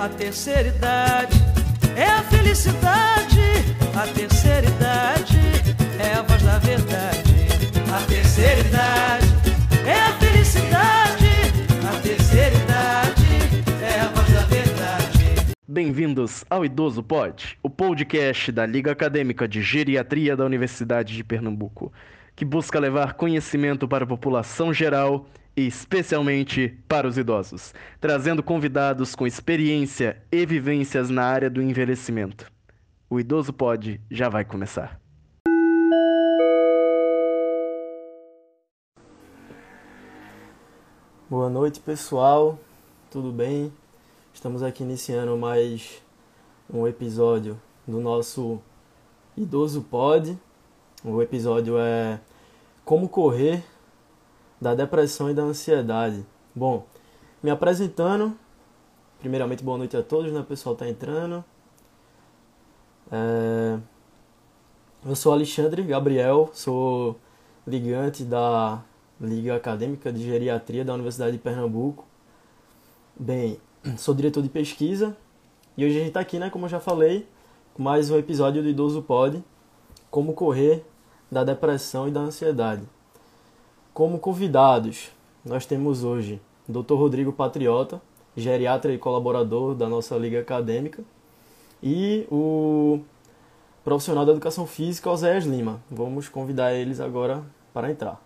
A terceira idade é a felicidade. A terceira idade é a voz da verdade. A terceira idade é a felicidade. A terceira idade é a voz da verdade. Bem-vindos ao Idoso Pod, o podcast da Liga Acadêmica de Geriatria da Universidade de Pernambuco, que busca levar conhecimento para a população geral e especialmente para os idosos, trazendo convidados com experiência e vivências na área do envelhecimento. O Idoso Pod já vai começar. Boa noite, pessoal. Tudo bem? Estamos aqui iniciando mais um episódio do nosso Idoso Pod. O episódio é Como Correr da Depressão e da Ansiedade. Bom, me apresentando. Primeiramente, boa noite a todos, né? O pessoal tá entrando. Eu sou Alexandre Gabriel, sou ligante da Liga Acadêmica de Geriatria da Universidade de Pernambuco. Bem, sou diretor de pesquisa e hoje a gente está aqui, né, como eu já falei, com mais um episódio do Idoso Pod, Como Correr da Depressão e da Ansiedade. Como convidados, nós temos hoje o Dr. Rodrigo Patriota, geriatra e colaborador da nossa Liga Acadêmica, e o profissional da Educação Física, Oséias Lima. Vamos convidar eles agora para entrar.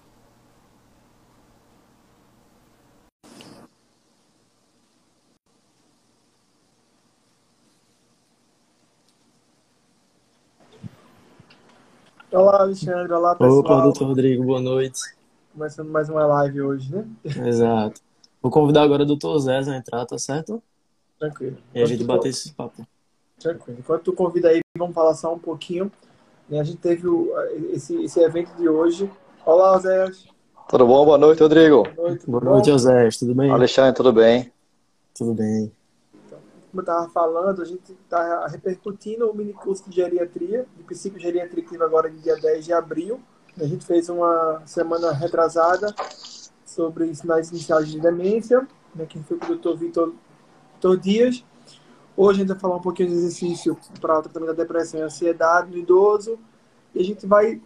Olá, Alexandre. Olá, pessoal. Opa, doutor Rodrigo, boa noite. Começando mais uma live hoje, né? Exato. Vou convidar agora o doutor Zé a entrar, tá certo? Tranquilo. E a gente bater esse papo. Tranquilo. Enquanto tu convida aí, vamos falar só um pouquinho. A gente teve esse evento de hoje. Olá, Zé. Tudo bom? Boa noite, Rodrigo. Boa noite, Zé. Tudo bem? Alexandre, tudo bem? Tudo bem. Como eu estava falando, a gente está repercutindo o minicurso de geriatria, de psicogeriatria, que teve agora de dia 10 de abril. A gente fez uma semana retrasada sobre sinais iniciais de demência, né, que foi com o Dr. Vitor Dias. Hoje a gente vai falar um pouquinho de exercício para o tratamento da depressão e ansiedade no idoso. E a gente vai,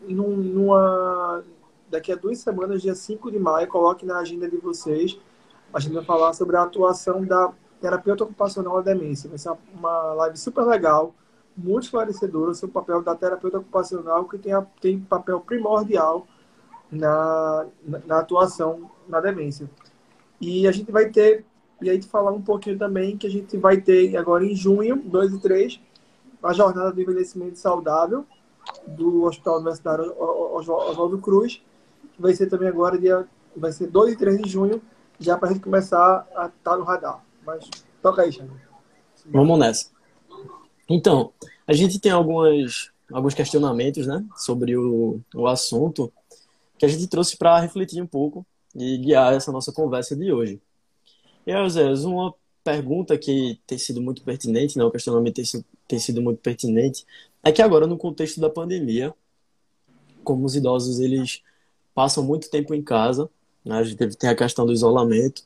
daqui a 2 semanas, dia 5 de maio, coloque na agenda de vocês, a gente vai falar sobre a atuação da terapeuta ocupacional da demência. Vai ser uma live super legal, muito esclarecedora sobre o papel da terapeuta ocupacional, que tem papel primordial na atuação na demência. E a gente vai ter, e aí falar um pouquinho também que a gente vai ter agora em junho, 2 e 3, a jornada do envelhecimento saudável do Hospital Universitário Oswaldo Cruz, que vai ser também agora, vai ser 2 e 3 de junho, já para a gente começar a estar no radar. Mas toca aí, Xandro. Vamos nessa. Então, a gente tem alguns questionamentos, né, sobre o assunto que a gente trouxe para refletir um pouco e guiar essa nossa conversa de hoje. E aí, Zé, uma pergunta que tem sido muito pertinente, né, o questionamento tem sido muito pertinente, é que agora, no contexto da pandemia, como os idosos eles passam muito tempo em casa, né, a gente tem a questão do isolamento,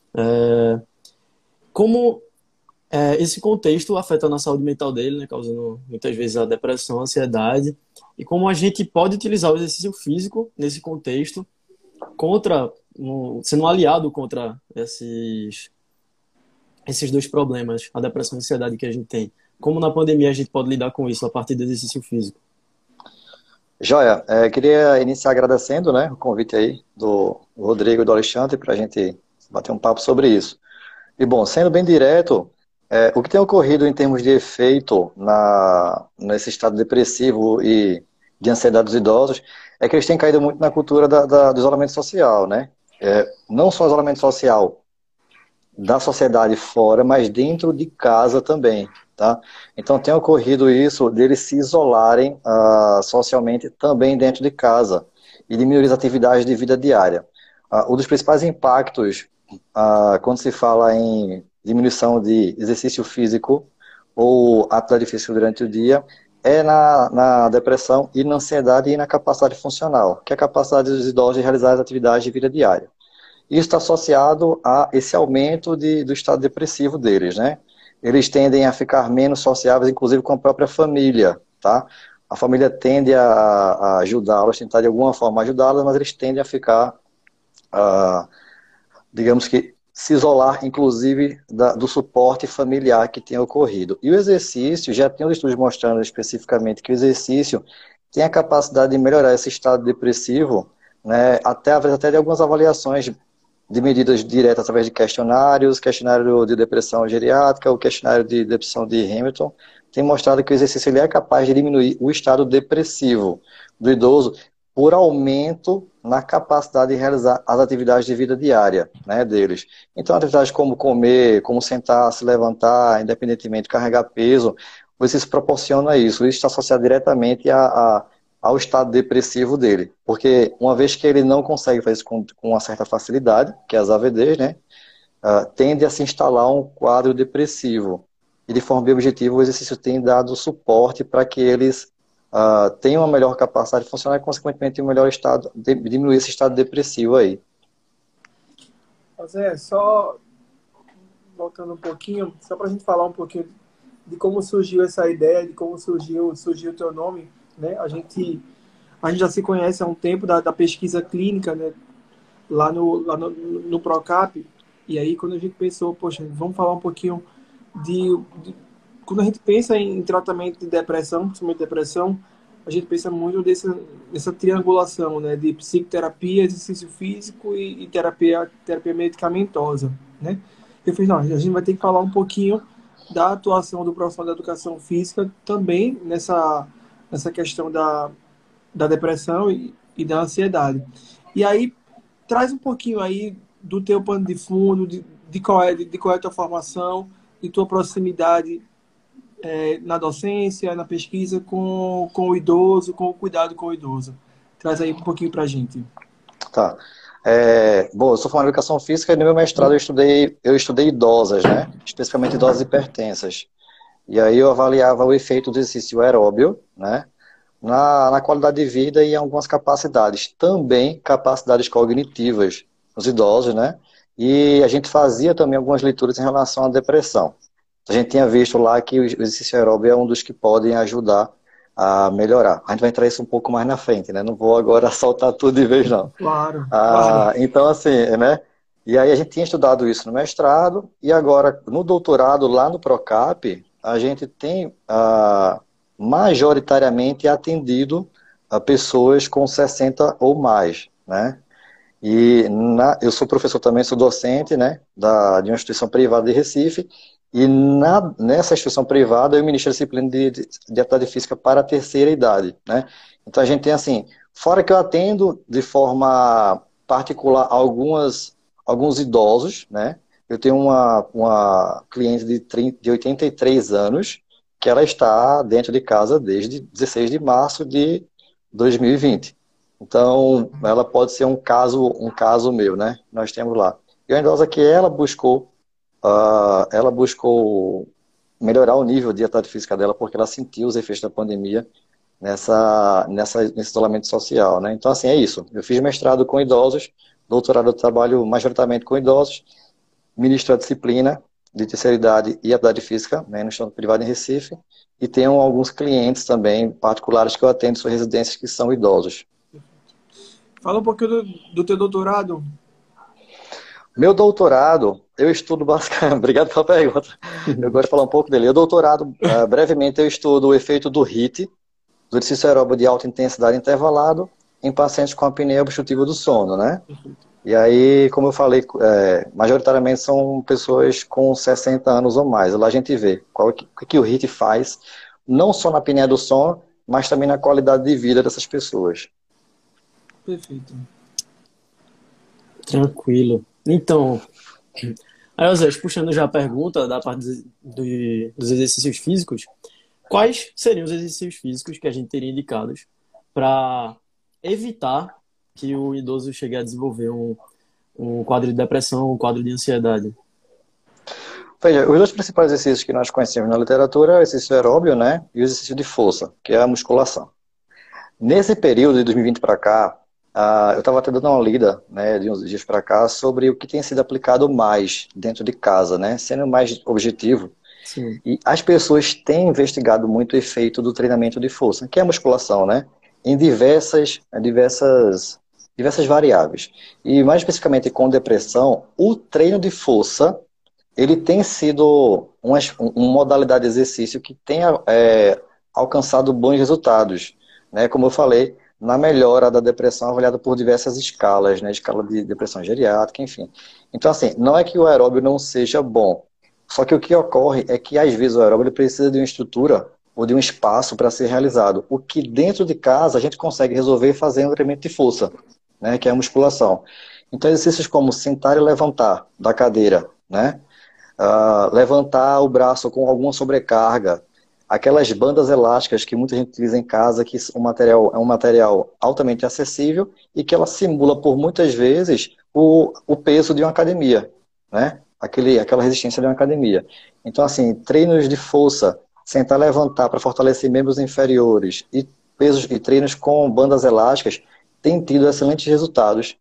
como esse contexto afeta na saúde mental dele, né, causando muitas vezes a depressão, a ansiedade, e como a gente pode utilizar o exercício físico nesse contexto sendo um aliado contra esses 2 problemas, a depressão e a ansiedade que a gente tem. Como na pandemia a gente pode lidar com isso a partir do exercício físico? Joia, queria iniciar agradecendo, né, o convite aí do Rodrigo e do Alexandre para a gente bater um papo sobre isso. E bom, sendo bem direto, o que tem ocorrido em termos de efeito nesse estado depressivo e de ansiedade dos idosos é que eles têm caído muito na cultura do isolamento social, né? Não só isolamento social da sociedade fora, mas dentro de casa também, tá? Então tem ocorrido isso deles se isolarem socialmente também dentro de casa e diminuir as atividades de vida diária. Um dos principais impactos quando se fala em diminuição de exercício físico ou atividade física durante o dia, é na depressão e na ansiedade e na capacidade funcional, que é a capacidade dos idosos de realizar as atividades de vida diária. Isso está associado a esse aumento do estado depressivo deles, né? eles tendem a ficar menos sociáveis, inclusive com a própria família, tá? A família tende a ajudá-los, tentar de alguma forma ajudá-los, mas eles tendem a ficar, digamos que, se isolar, inclusive, do suporte familiar que tem ocorrido. E o exercício, já tem os estudos mostrando especificamente que o exercício tem a capacidade de melhorar esse estado depressivo, né, até de algumas avaliações de medidas diretas através de questionários, questionário de depressão geriátrica, o questionário de depressão de Hamilton, tem mostrado que o exercício ele é capaz de diminuir o estado depressivo do idoso por aumento na capacidade de realizar as atividades de vida diária, né, deles. Então, atividades como comer, como sentar, se levantar, independentemente de carregar peso, o exercício proporciona isso. Isso está associado diretamente ao estado depressivo dele. Porque uma vez que ele não consegue fazer isso com uma certa facilidade, que é as AVDs, né, tende a se instalar um quadro depressivo. E de forma bem objetiva, o exercício tem dado suporte para que eles tenham uma melhor capacidade de funcionar e, consequentemente, um melhor estado, diminuir esse estado depressivo aí. Zé, só voltando um pouquinho, só para a gente falar um pouquinho de como surgiu essa ideia, de como surgiu o teu nome, né? A gente já se conhece há um tempo da pesquisa clínica, né? Lá no Procap, e aí quando a gente pensou, poxa, vamos falar um pouquinho quando a gente pensa em tratamento de depressão, principalmente depressão, a gente pensa muito nessa triangulação, né, de psicoterapia, exercício físico e terapia medicamentosa, né? Eu falei, não, a gente vai ter que falar um pouquinho da atuação do profissional da educação física também nessa questão da depressão e da ansiedade. E aí, traz um pouquinho aí do teu pano de fundo, de qual é a tua formação, de tua proximidade na docência, na pesquisa com o idoso, com o cuidado com o idoso. Traz aí um pouquinho pra gente. Tá. Bom, eu sou formado em educação física e no meu mestrado eu estudei idosas, né? Especificamente idosas hipertensas. E aí eu avaliava o efeito do exercício aeróbio, né? Na qualidade de vida e em algumas capacidades. Também capacidades cognitivas nos idosos, né? E a gente fazia também algumas leituras em relação à depressão. A gente tinha visto lá que o exercício aeróbio é um dos que podem ajudar a melhorar. A gente vai entrar isso um pouco mais na frente, né? Não vou agora soltar tudo de vez, não. Claro. Então, assim, né? E aí a gente tinha estudado isso no mestrado e agora no doutorado lá no Procap, a gente tem majoritariamente atendido a pessoas com 60 ou mais, né? E eu sou professor também, sou docente, né? De uma instituição privada de Recife. E nessa instituição privada eu ministro a disciplina de atividade física para a terceira idade, né? Então a gente tem assim, fora que eu atendo de forma particular alguns idosos, né? Eu tenho uma cliente de 83 anos que ela está dentro de casa desde 16 de março de 2020. Então ela pode ser um caso meu, né? Nós temos lá. E a idosa que ela buscou melhorar o nível de atividade física dela porque ela sentiu os efeitos da pandemia nesse isolamento social, né? Então, assim, é isso. Eu fiz mestrado com idosos, doutorado eu trabalho majoritariamente com idosos, ministro a disciplina de terceira idade e atividade física, né, no Instituto Privado em Recife, e tenho alguns clientes também particulares que eu atendo em suas residências que são idosos. Fala um pouquinho do teu doutorado. Meu doutorado, eu estudo basicamente... Obrigado pela pergunta. Eu gosto de falar um pouco dele. Meu doutorado, brevemente, eu estudo o efeito do HIIT, do exercício aeróbio de alta intensidade intervalado, em pacientes com apneia obstrutiva do sono, né? E aí, como eu falei, majoritariamente são pessoas com 60 anos ou mais. Lá a gente vê o que o HIIT faz, não só na apneia do sono, mas também na qualidade de vida dessas pessoas. Perfeito. Tranquilo. Então, aí, Zé, puxando já a pergunta da parte dos exercícios físicos, quais seriam os exercícios físicos que a gente teria indicados para evitar que o idoso chegue a desenvolver um quadro de depressão, um quadro de ansiedade? Veja, os dois principais exercícios que nós conhecemos na literatura é o exercício aeróbio, né, e o exercício de força, que é a musculação. Nesse período de 2020 para cá, eu estava até dando uma lida, né, de uns dias para cá, sobre o que tem sido aplicado mais dentro de casa, né? Sendo mais objetivo, Sim. E as pessoas têm investigado muito o efeito do treinamento de força, que é a musculação, né? Em diversas variáveis. E mais especificamente com depressão, o treino de força, ele tem sido uma modalidade de exercício que tem alcançado bons resultados, né? Como eu falei, na melhora da depressão avaliada por diversas escalas, né? Escala de depressão geriátrica, enfim. Então, assim, não é que o aeróbio não seja bom, só que o que ocorre é que, às vezes, o aeróbio ele precisa de uma estrutura ou de um espaço para ser realizado, o que dentro de casa a gente consegue resolver fazendo treinamento de força, né? Que é a musculação. Então, exercícios como sentar e levantar da cadeira, né? Levantar o braço com alguma sobrecarga, aquelas bandas elásticas que muita gente utiliza em casa, que é um material altamente acessível e que ela simula por muitas vezes o peso de uma academia, né? Aquela resistência de uma academia. Então, assim, treinos de força, sentar e levantar para fortalecer membros inferiores e treinos com bandas elásticas têm tido excelentes resultados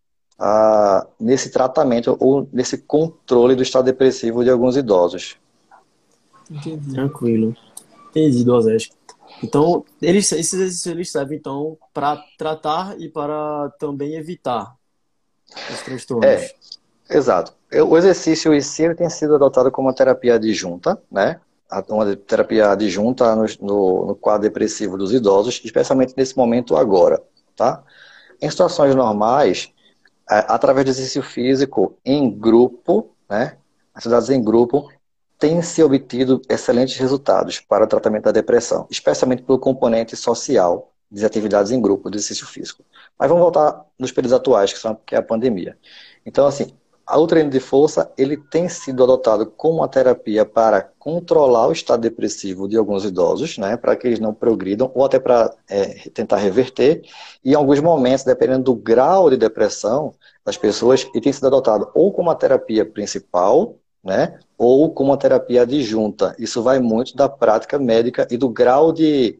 nesse tratamento ou nesse controle do estado depressivo de alguns idosos. Entendi. Tranquilo. Entendi, Dozeste. Então, esses exercícios eles servem, então, para tratar e para também evitar os transtornos. Exato. O exercício em si ele tem sido adotado como uma terapia adjunta, né? Uma terapia adjunta no quadro depressivo dos idosos, especialmente nesse momento agora, tá? Em situações normais, através do exercício físico em grupo, né? Atividades em grupo, tem se obtido excelentes resultados para o tratamento da depressão, especialmente pelo componente social das atividades em grupo, do exercício físico. Mas vamos voltar nos períodos atuais, que é a pandemia. Então, assim, o treino de força, ele tem sido adotado como uma terapia para controlar o estado depressivo de alguns idosos, né, para que eles não progridam, ou até para tentar reverter. E em alguns momentos, dependendo do grau de depressão das pessoas, ele tem sido adotado ou como uma terapia principal, né, ou como uma terapia adjunta. Isso vai muito da prática médica e do grau de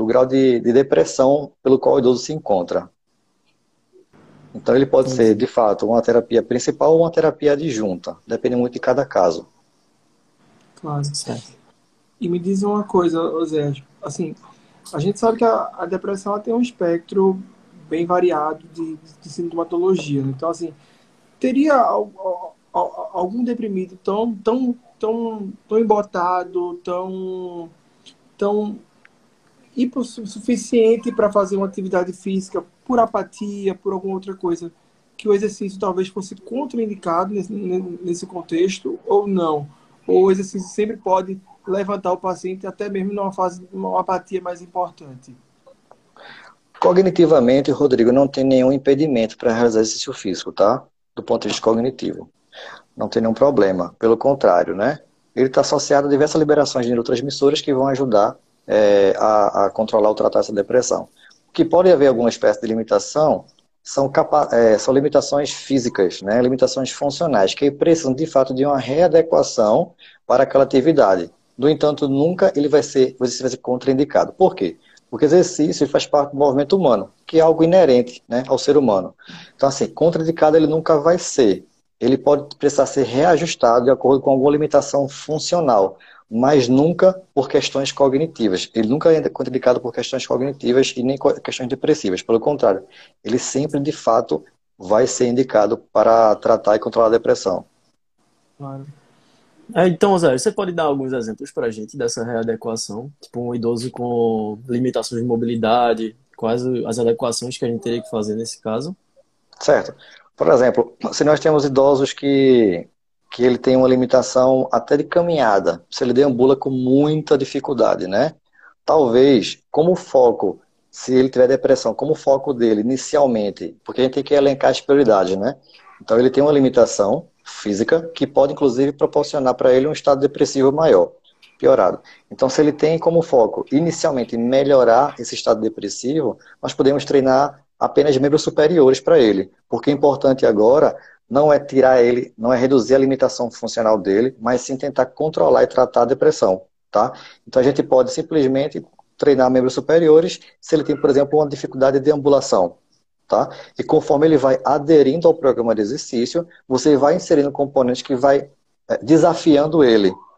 depressão pelo qual o idoso se encontra. Então ele pode ser, de fato, uma terapia principal ou uma terapia adjunta. Depende muito de cada caso. Claro. Certo. E me diz uma coisa, Zé, assim, a gente sabe que a depressão ela tem um espectro bem variado de sintomatologia, né? Então, assim, teria algum deprimido tão embotado, tão hipossuficiente para fazer uma atividade física por apatia, por alguma outra coisa, que o exercício talvez fosse contraindicado nesse contexto, ou não? Ou o exercício sempre pode levantar o paciente até mesmo numa fase de uma apatia mais importante? Cognitivamente, Rodrigo, não tem nenhum impedimento para realizar exercício físico, tá? Do ponto de vista cognitivo. Não tem nenhum problema. Pelo contrário, né? Ele está associado a diversas liberações de neurotransmissores que vão ajudar a controlar ou tratar essa depressão. O que pode haver alguma espécie de limitação são limitações físicas, né? Limitações funcionais, que precisam de fato de uma readequação para aquela atividade. No entanto, nunca o exercício vai ser contraindicado. Por quê? Porque o exercício faz parte do movimento humano, que é algo inerente, né, ao ser humano. Então, assim, contraindicado ele nunca vai ser. Ele pode precisar ser reajustado de acordo com alguma limitação funcional, mas nunca por questões cognitivas. Ele nunca é contraindicado por questões cognitivas e nem questões depressivas. Pelo contrário, ele sempre, de fato, vai ser indicado para tratar e controlar a depressão. Claro. Então, Zé, você pode dar alguns exemplos para a gente dessa readequação? Tipo, um idoso com limitações de mobilidade, quais as adequações que a gente teria que fazer nesse caso? Certo. Por exemplo, se nós temos idosos que ele tem uma limitação até de caminhada, se ele deambula com muita dificuldade, né? Talvez, como foco, se ele tiver depressão, como foco dele inicialmente, porque a gente tem que elencar as prioridades, né? Então ele tem uma limitação física que pode inclusive proporcionar para ele um estado depressivo maior, piorado. Então se ele tem como foco inicialmente melhorar esse estado depressivo, nós podemos treinar apenas membros superiores para ele, porque o importante agora não é tirar ele, não é reduzir a limitação funcional dele, mas sim tentar controlar e tratar a depressão, tá? Então a gente pode simplesmente treinar membros superiores se ele tem, por exemplo, uma dificuldade de deambulação, tá? E conforme ele vai aderindo ao programa de exercício, você vai inserindo componentes que vai desafiando ele.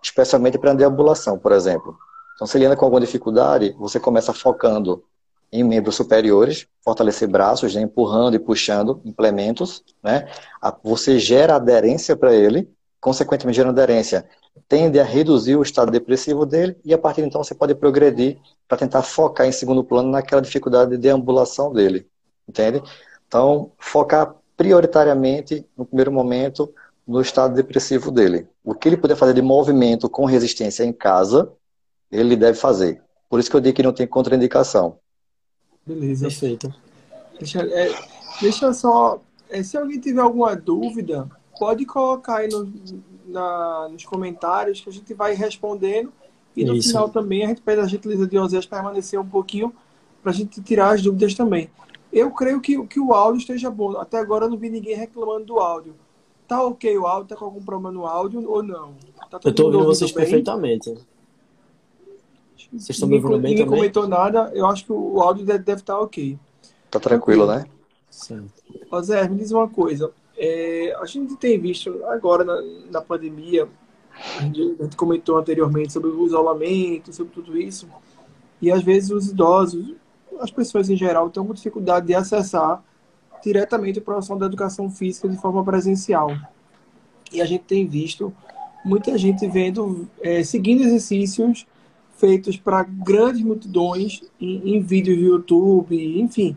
especialmente para a deambulação, por exemplo. Então, se ele anda com alguma dificuldade, você começa focando em membros superiores, fortalecer braços, né, empurrando e puxando implementos, né? Você gera aderência para ele, consequentemente gerando aderência, tende a reduzir o estado depressivo dele e a partir de então você pode progredir para tentar focar em segundo plano naquela dificuldade de deambulação dele, entende? Então, focar prioritariamente, no primeiro momento, no estado depressivo dele. O que ele puder fazer de movimento com resistência em casa, ele deve fazer. Por isso que eu digo que não tem contraindicação. Beleza. Perfeito. Deixa eu só... se alguém tiver alguma dúvida, pode colocar aí nos comentários que a gente vai respondendo. E no Isso. final também a gente pede a gentileza de Oséias permanecer um pouquinho para a gente tirar as dúvidas também. Eu creio que o áudio esteja bom. Até agora eu não vi ninguém reclamando do áudio. Tá ok o áudio? Tá com algum problema no áudio ou não? Tá todo Eu estou mundo ouvindo vocês bem? perfeitamente. Vocês estão me ouvindo bem Ninguém também? comentou nada. Eu acho que o áudio deve estar ok. Tá tranquilo, né? Sim. Zé, me diz uma coisa. A gente tem visto agora na pandemia, a gente comentou anteriormente sobre o isolamento, sobre tudo isso, e às vezes os idosos, as pessoas em geral, têm uma dificuldade de acessar diretamente a profissão da educação física de forma presencial. E a gente tem visto muita gente seguindo exercícios feitos para grandes multidões em vídeos do YouTube, enfim,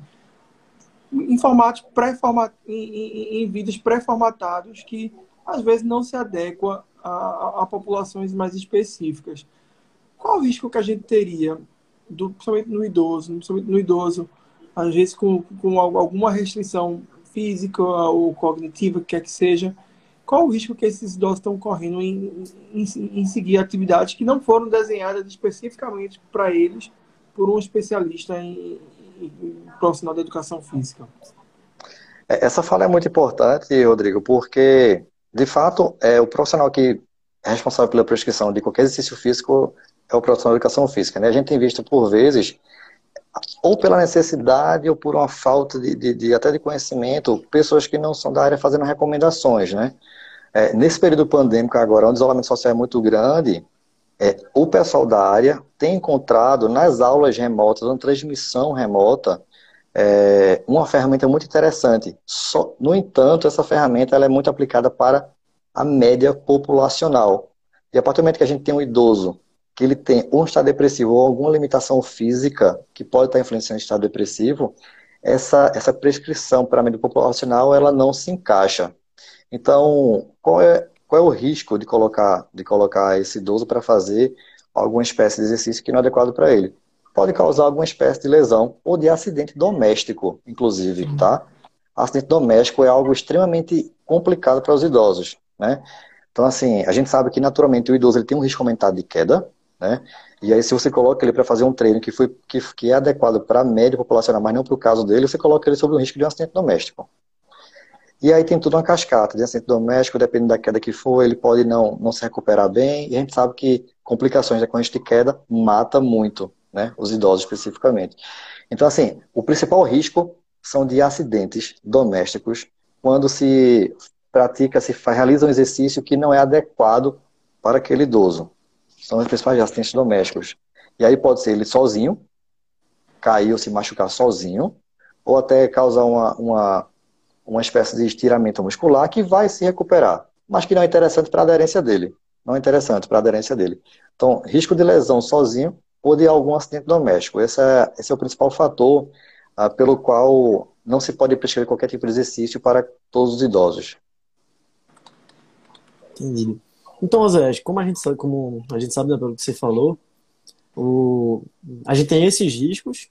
em vídeos pré-formatados que às vezes não se adequa a populações mais específicas. Qual o risco que a gente teria, principalmente no idoso, às vezes com alguma restrição física ou cognitiva, que quer que seja? Qual o risco que esses idosos estão correndo em seguir atividades que não foram desenhadas especificamente para eles por um especialista em profissional da educação física? Essa fala é muito importante, Rodrigo, porque, de fato, o profissional que é responsável pela prescrição de qualquer exercício físico é o profissional de educação física, né? A gente tem visto, por vezes, ou pela necessidade ou por uma falta até de conhecimento, pessoas que não são da área fazendo recomendações, né? Nesse período pandêmico agora, onde o isolamento social é muito grande, o pessoal da área tem encontrado nas aulas remotas, na transmissão remota, uma ferramenta muito interessante. No entanto, essa ferramenta ela é muito aplicada para a média populacional. E a partir do momento que a gente tem um idoso que ele tem um estado depressivo ou alguma limitação física que pode estar influenciando o estado depressivo, essa prescrição para a média populacional ela não se encaixa. Então, qual é o risco de colocar esse idoso para fazer alguma espécie de exercício que não é adequado para ele? Pode causar alguma espécie de lesão ou de acidente doméstico, inclusive, tá? Acidente doméstico é algo extremamente complicado para os idosos, né? Então, assim, a gente sabe que naturalmente o idoso ele tem um risco aumentado de queda, né? E aí se você coloca ele para fazer um treino que é adequado para a média populacional, mas não para o caso dele, você coloca ele sob o risco de um acidente doméstico. E aí tem tudo uma cascata de acidente doméstico, dependendo da queda que for, ele pode não se recuperar bem, e a gente sabe que complicações decorrentes de queda mata muito, né, os idosos especificamente. Então, assim, o principal risco são de acidentes domésticos, quando se realiza um exercício que não é adequado para aquele idoso. São os principais acidentes domésticos. E aí pode ser ele sozinho, cair ou se machucar sozinho, ou até causar uma espécie de estiramento muscular que vai se recuperar, mas que não é interessante para a aderência dele. Não é interessante para a aderência dele. Então, risco de lesão sozinho ou de algum acidente doméstico. Esse é o principal fator pelo qual não se pode prescrever qualquer tipo de exercício para todos os idosos. Entendido. Então, Zé, como a gente sabe, né, pelo que você falou, a gente tem esses riscos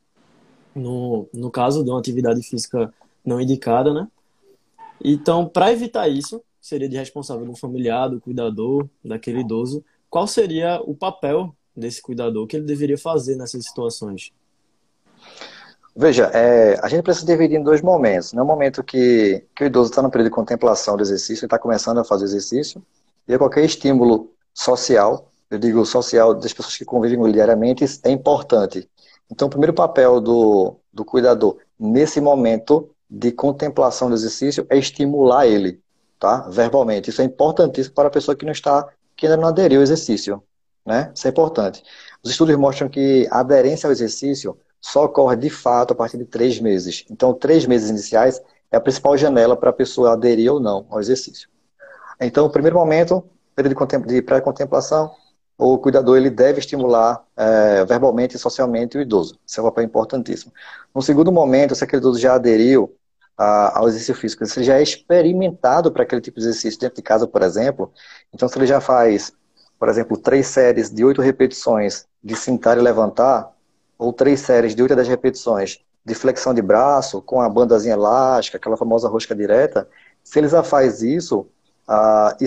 no caso de uma atividade física não indicada, né? Então, para evitar isso, seria de responsável do familiar, do cuidador, daquele idoso. Qual seria o papel desse cuidador? O que ele deveria fazer nessas situações? Veja, a gente precisa dividir em dois momentos. No momento que o idoso está no período de contemplação do exercício, ele está começando a fazer exercício, e qualquer estímulo social, eu digo social das pessoas que convivem com ele diariamente, é importante. Então, o primeiro papel do cuidador nesse momento de contemplação do exercício é estimular ele, tá? Verbalmente. Isso é importantíssimo para a pessoa que não está que ainda não aderiu ao exercício, né? Isso é importante. Os estudos mostram que a aderência ao exercício só ocorre de fato a partir de 3 meses. Então, 3 meses iniciais é a principal janela para a pessoa aderir ou não ao exercício. Então, o primeiro momento, período de pré-contemplação, o cuidador ele deve estimular verbalmente e socialmente o idoso. Isso é um papel importantíssimo. No segundo momento, se aquele idoso já aderiu ao exercício físico, se ele já é experimentado para aquele tipo de exercício dentro de casa, por exemplo, então se ele já faz, por exemplo, 3 séries de 8 repetições de sentar e levantar, ou 3 séries de 8 a 10 repetições de flexão de braço, com a bandazinha elástica, aquela famosa rosca direta, se ele já faz isso, e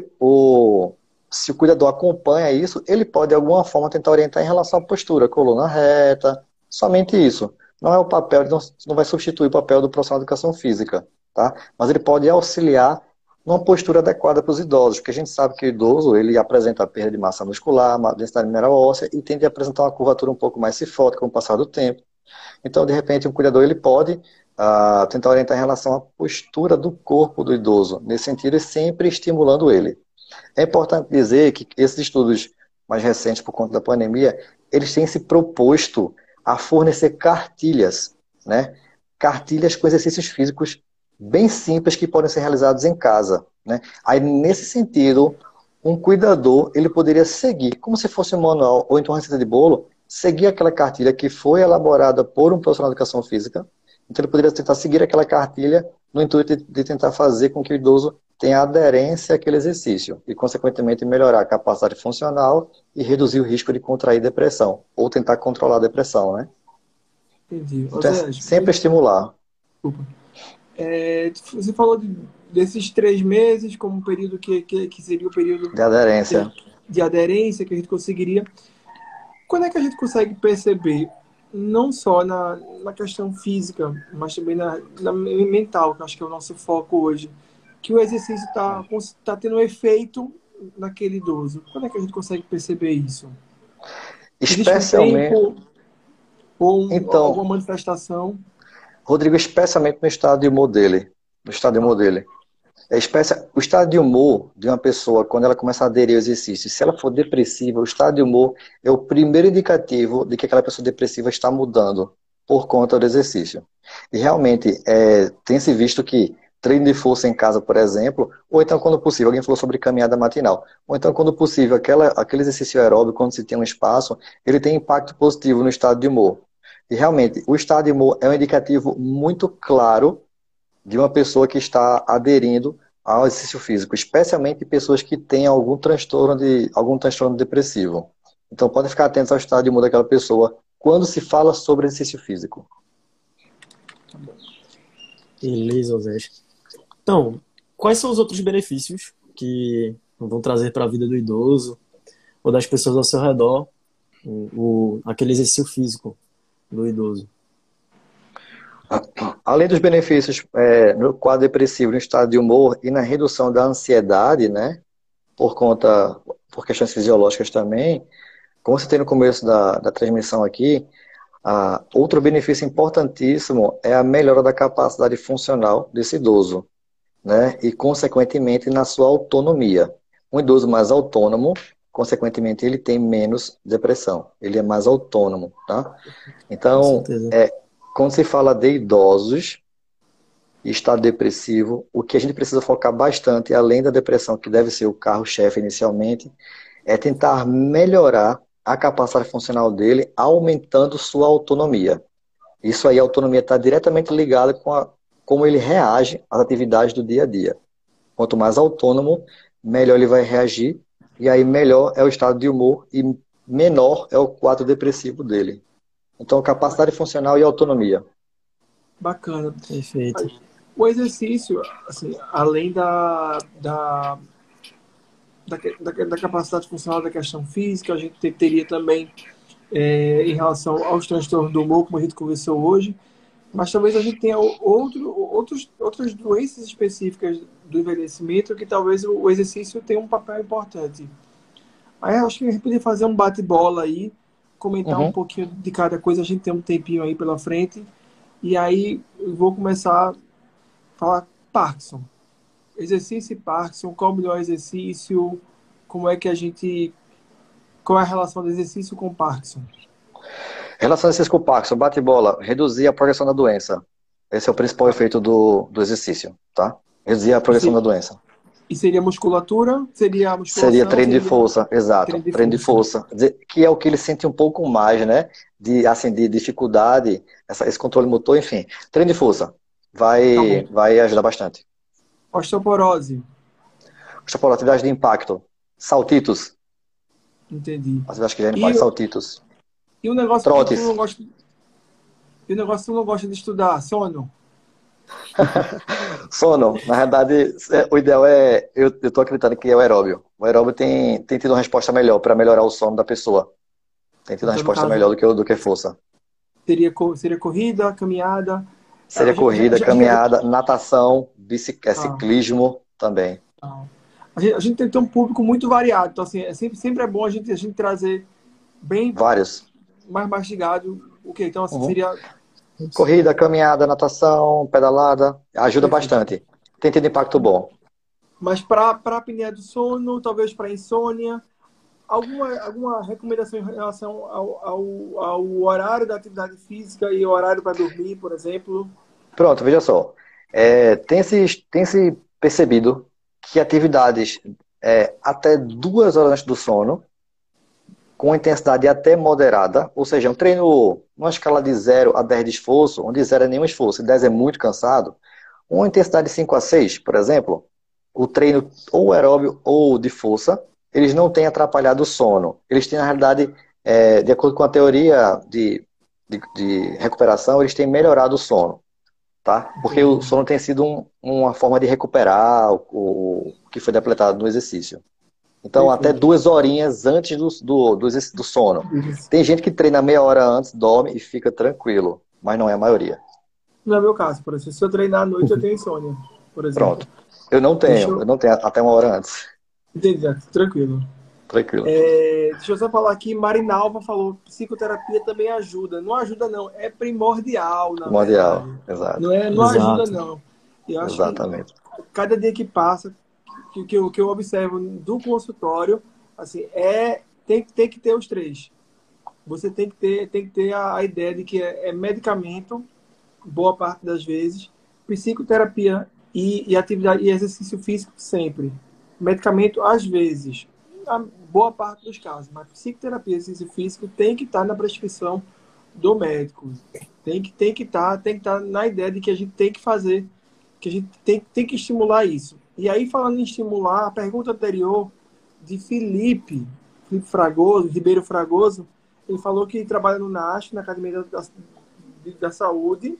se o cuidador acompanha isso, ele pode de alguma forma tentar orientar em relação à postura, coluna reta, somente isso. Não é o papel, não vai substituir o papel do profissional de educação física, tá? Mas ele pode auxiliar numa postura adequada para os idosos, porque a gente sabe que o idoso, ele apresenta perda de massa muscular, densidade mineral óssea e tende a apresentar uma curvatura um pouco mais cifótica com o passar do tempo. Então, de repente, o cuidador ele pode tentar orientar em relação à postura do corpo do idoso, nesse sentido, e sempre estimulando ele. É importante dizer que esses estudos mais recentes, por conta da pandemia, eles têm se proposto a fornecer cartilhas, né? Cartilhas com exercícios físicos bem simples que podem ser realizados em casa, né? Aí, nesse sentido, um cuidador, ele poderia seguir, como se fosse um manual ou então uma receita de bolo, seguir aquela cartilha que foi elaborada por um profissional de educação física. Então, ele poderia tentar seguir aquela cartilha no intuito de tentar fazer com que o idoso tenha aderência àquele exercício e, consequentemente, melhorar a capacidade funcional e reduzir o risco de contrair depressão, ou tentar controlar a depressão, né? Entendi. Então, sempre estimular. Desculpa. Você falou desses 3 meses como um período que seria o período de aderência. De aderência que a gente conseguiria. Quando é que a gente consegue perceber, não só na questão física, mas também na mental, que acho que é o nosso foco hoje, que o exercício está tendo um efeito naquele idoso? Quando é que a gente consegue perceber isso? Especialmente... Existe um tempo ou alguma manifestação? Rodrigo, especialmente no estado de humor dele. No estado de humor dele. O estado de humor de uma pessoa, quando ela começa a aderir ao exercício, se ela for depressiva, o estado de humor é o primeiro indicativo de que aquela pessoa depressiva está mudando por conta do exercício. E realmente, tem-se visto que treino de força em casa, por exemplo, ou então, quando possível, alguém falou sobre caminhada matinal, ou então, quando possível, aquele exercício aeróbico, quando se tem um espaço, ele tem impacto positivo no estado de humor. E realmente, o estado de humor é um indicativo muito claro de uma pessoa que está aderindo ao exercício físico, especialmente pessoas que têm algum transtorno depressivo. Então, podem ficar atentos ao estado de humor daquela pessoa quando se fala sobre exercício físico. Beleza, Zé. Então, quais são os outros benefícios que vão trazer para a vida do idoso ou das pessoas ao seu redor aquele exercício físico do idoso? Além dos benefícios no quadro depressivo, no estado de humor e na redução da ansiedade, né, por questões fisiológicas também, como você tem no começo da transmissão aqui, outro benefício importantíssimo é a melhora da capacidade funcional desse idoso, né, e consequentemente na sua autonomia. Um idoso mais autônomo, consequentemente ele tem menos depressão, ele é mais autônomo, tá? Então, quando se fala de idosos e estado depressivo, o que a gente precisa focar bastante, além da depressão, que deve ser o carro-chefe inicialmente, é tentar melhorar a capacidade funcional dele, aumentando sua autonomia. Isso aí, a autonomia está diretamente ligada com como ele reage às atividades do dia a dia. Quanto mais autônomo, melhor ele vai reagir, e aí melhor é o estado de humor e menor é o quadro depressivo dele. Então, capacidade funcional e autonomia. Bacana. Perfeito. O exercício, assim, além da capacidade funcional da questão física, a gente teria também em relação aos transtornos do humor, como a gente conversou hoje, mas talvez a gente tenha outras doenças específicas do envelhecimento que talvez o exercício tenha um papel importante. Aí eu acho que a gente poderia fazer um bate-bola aí, comentar um pouquinho de cada coisa, a gente tem um tempinho aí pela frente, e aí eu vou começar a falar Parkinson. Exercício e Parkinson, qual o melhor exercício? como é que a gente... Qual é a relação do exercício com o Parkinson? Em relação ao exercício com o Parkinson, bate-bola, reduzir a progressão da doença. Esse é o principal efeito do exercício, tá? Reduzir a progressão da doença. E seria musculatura? Seria a musculação? Seria treino de força, exato. Treino de força. Que é o que ele sente um pouco mais, né? De dificuldade, esse controle motor, enfim. Treino de força. Vai ajudar bastante. Osteoporose. Osteoporose, atividade de impacto. Saltitos. Entendi. Atividade que já impacto, saltitos. E o negócio Trotes. que tu não gosta... E o negócio que tu não gosta de estudar? Sono? Sono, na verdade, o ideal é, eu tô acreditando que é o aeróbio. O aeróbio tem tido uma resposta melhor para melhorar o sono da pessoa. Tem tido uma resposta melhor do que força. Seria corrida, caminhada? Seria corrida, caminhada, natação, ciclismo também. A gente tem que ter um público muito variado. Então, assim, sempre é bom a gente trazer bem... Vários. Mais mastigado. O que? Então, assim, seria... Corrida, caminhada, natação, pedalada, ajuda bastante. Tem tido impacto bom. Mas para apneia do sono, talvez para insônia, alguma recomendação em relação ao horário da atividade física e o horário para dormir, por exemplo? Pronto, veja só. Tem se percebido que atividades até 2 horas antes do sono, com intensidade até moderada, ou seja, um treino numa escala de 0 a 10 de esforço, onde 0 é nenhum esforço e 10 é muito cansado, uma intensidade de 5 a 6, por exemplo, o treino ou aeróbio ou de força, eles não têm atrapalhado o sono. Eles têm, na realidade, de acordo com a teoria de recuperação, eles têm melhorado o sono, tá? Porque o sono tem sido uma forma de recuperar o que foi depletado no exercício. Então, até 2 horinhas antes do sono. Tem gente que treina meia hora antes, dorme e fica tranquilo, mas não é a maioria. Não é meu caso, por exemplo. Se eu treinar à noite, eu tenho insônia, por exemplo. Pronto. Eu não tenho até 1 hora antes. Entendi, tranquilo. Tranquilo. Deixa eu só falar aqui, Marinalva falou, psicoterapia também ajuda. Não ajuda não, é primordial. Primordial, exato. Não ajuda não. Eu acho exatamente. Que cada dia que passa, que eu observo do consultório, assim, tem que ter os 3. Você tem que ter a ideia de que é medicamento, boa parte das vezes, psicoterapia e atividade e exercício físico sempre. Medicamento, às vezes, a boa parte dos casos, mas psicoterapia e exercício físico tem que estar na prescrição do médico. Tem que estar na ideia de que a gente tem que fazer, que a gente tem que estimular isso. E aí, falando em estimular, a pergunta anterior de Felipe Fragoso, Ribeiro Fragoso, ele falou que trabalha no NASF, na Academia da Saúde,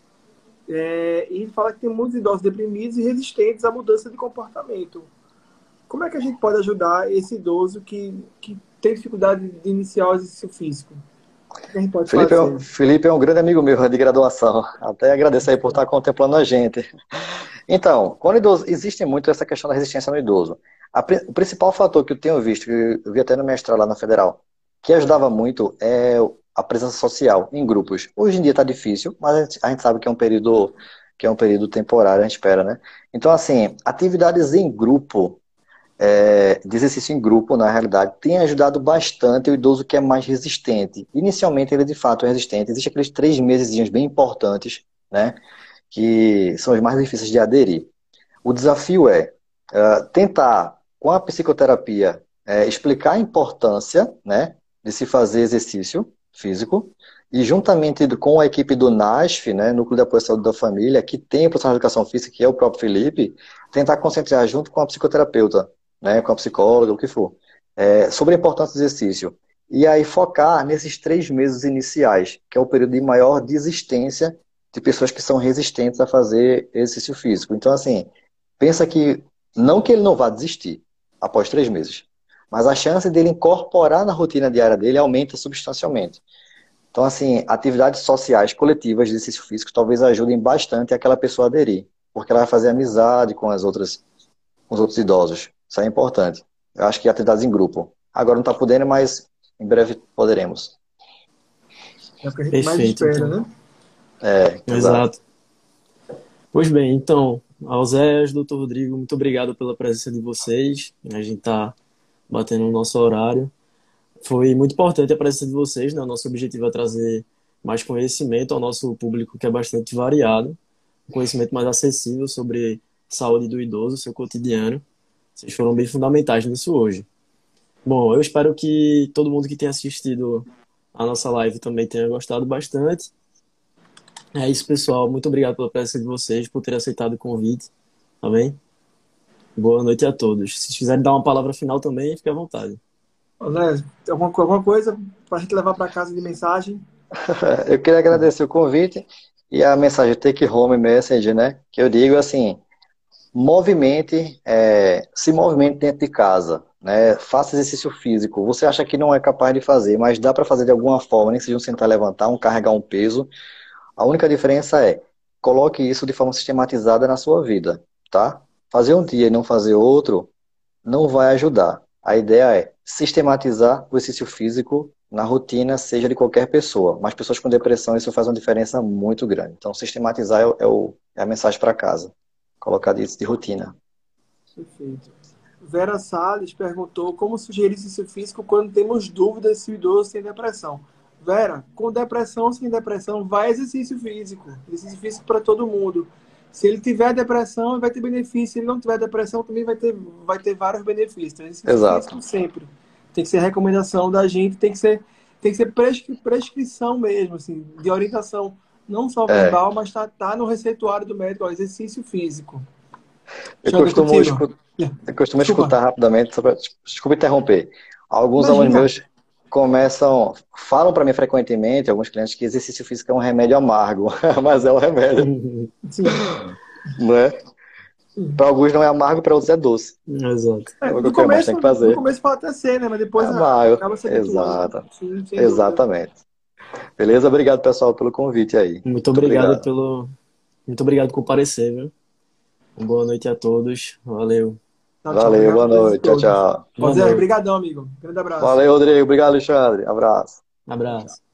e ele fala que tem muitos idosos deprimidos e resistentes à mudança de comportamento. Como é que a gente pode ajudar esse idoso que tem dificuldade de iniciar o exercício físico? O que a gente pode fazer? Felipe é um grande amigo meu de graduação. Até agradeço aí por estar contemplando a gente. Então, quando idoso, existe muito essa questão da resistência no idoso. O principal fator que eu tenho visto, que eu vi até no mestrado lá na Federal, que ajudava muito é a presença social em grupos. Hoje em dia está difícil, mas a gente sabe que é um período temporário, a gente espera, né? Então, assim, atividades em grupo, de exercício em grupo, na realidade, tem ajudado bastante o idoso que é mais resistente. Inicialmente, ele de fato é resistente. Existem aqueles 3 meses bem importantes, né? Que são os mais difíceis de aderir. O desafio é tentar, com a psicoterapia, explicar a importância, né, de se fazer exercício físico e juntamente com a equipe do NASF, né, Núcleo de Apoio à Saúde da Família, que tem o profissional de educação física, que é o próprio Felipe, tentar concentrar junto com a psicoterapeuta, né, com a psicóloga, o que for, sobre a importância do exercício. E aí focar nesses 3 meses iniciais, que é o período de maior desistência de pessoas que são resistentes a fazer exercício físico. Então, assim, pensa que, não que ele não vá desistir após 3 meses, mas a chance dele incorporar na rotina diária dele aumenta substancialmente. Então, assim, atividades sociais coletivas de exercício físico talvez ajudem bastante aquela pessoa a aderir, porque ela vai fazer amizade com os outros idosos. Isso é importante. Eu acho que atividades em grupo. Agora não está podendo, mas em breve poderemos. É o que a gente mais espera, então. né? Exato. Pois bem, então, Alzés, Dr. Rodrigo, muito obrigado pela presença de vocês. A gente está batendo o nosso horário. Foi muito importante a presença de vocês, né? O nosso objetivo é trazer mais conhecimento ao nosso público, que é bastante variado, um conhecimento mais acessível sobre saúde do idoso, seu cotidiano. Vocês foram bem fundamentais nisso hoje. Bom, eu espero que todo mundo que tenha assistido a nossa live também tenha gostado bastante. É isso, pessoal. Muito obrigado pela presença de vocês, por terem aceitado o convite. Tá bem? Boa noite a todos. Se quiserem dar uma palavra final também, fique à vontade. André, alguma coisa para a gente levar para casa de mensagem? Eu queria agradecer o convite e a mensagem Take Home Message, né? Que eu digo assim, se movimente dentro de casa, né? Faça exercício físico. Você acha que não é capaz de fazer, mas dá para fazer de alguma forma, nem que seja um sentar, levantar, um carregar um peso. A única diferença é, coloque isso de forma sistematizada na sua vida, tá? Fazer um dia e não fazer outro não vai ajudar. A ideia é sistematizar o exercício físico na rotina, seja de qualquer pessoa. Mas pessoas com depressão, isso faz uma diferença muito grande. Então, sistematizar é a mensagem para casa. Colocar isso de rotina. Perfeito. Vera Salles perguntou como sugerir exercício físico quando temos dúvidas se o idoso tem depressão. Vera, com depressão ou sem depressão, vai exercício físico. Exercício físico para todo mundo. Se ele tiver depressão, vai ter benefício. Se ele não tiver depressão, também vai ter vários benefícios. Então, exercício Exato. físico sempre. Tem que ser recomendação da gente, tem que ser prescrição mesmo, assim, de orientação, não só verbal, mas tá no receituário do médico, ó, exercício físico. Eu Joga costumo, contigo. escu- eu costumo Desculpa. escutar rapidamente, desculpa interromper. Alguns Imagina. alunos meus falam para mim frequentemente, alguns clientes, que exercício físico é um remédio amargo, mas é um remédio, Sim. não é? Para alguns não é amargo, para outros é doce. Exato. É o No que mais tem que fazer. começo pode até ser, né? Mas depois É amargo. acaba se habituando. Exato. Sim, sem dúvida. Exatamente. Beleza? Obrigado, pessoal, pelo convite aí. Muito obrigado Muito obrigado por comparecer, viu? Boa noite a todos. Valeu. Tchau, Valeu, tchau. boa Obrigado a noite. Tchau, todos. tchau. Boa Zé, noite. obrigadão, amigo. Grande abraço. Valeu, Rodrigo. Obrigado, Alexandre. Abraço. Abraço.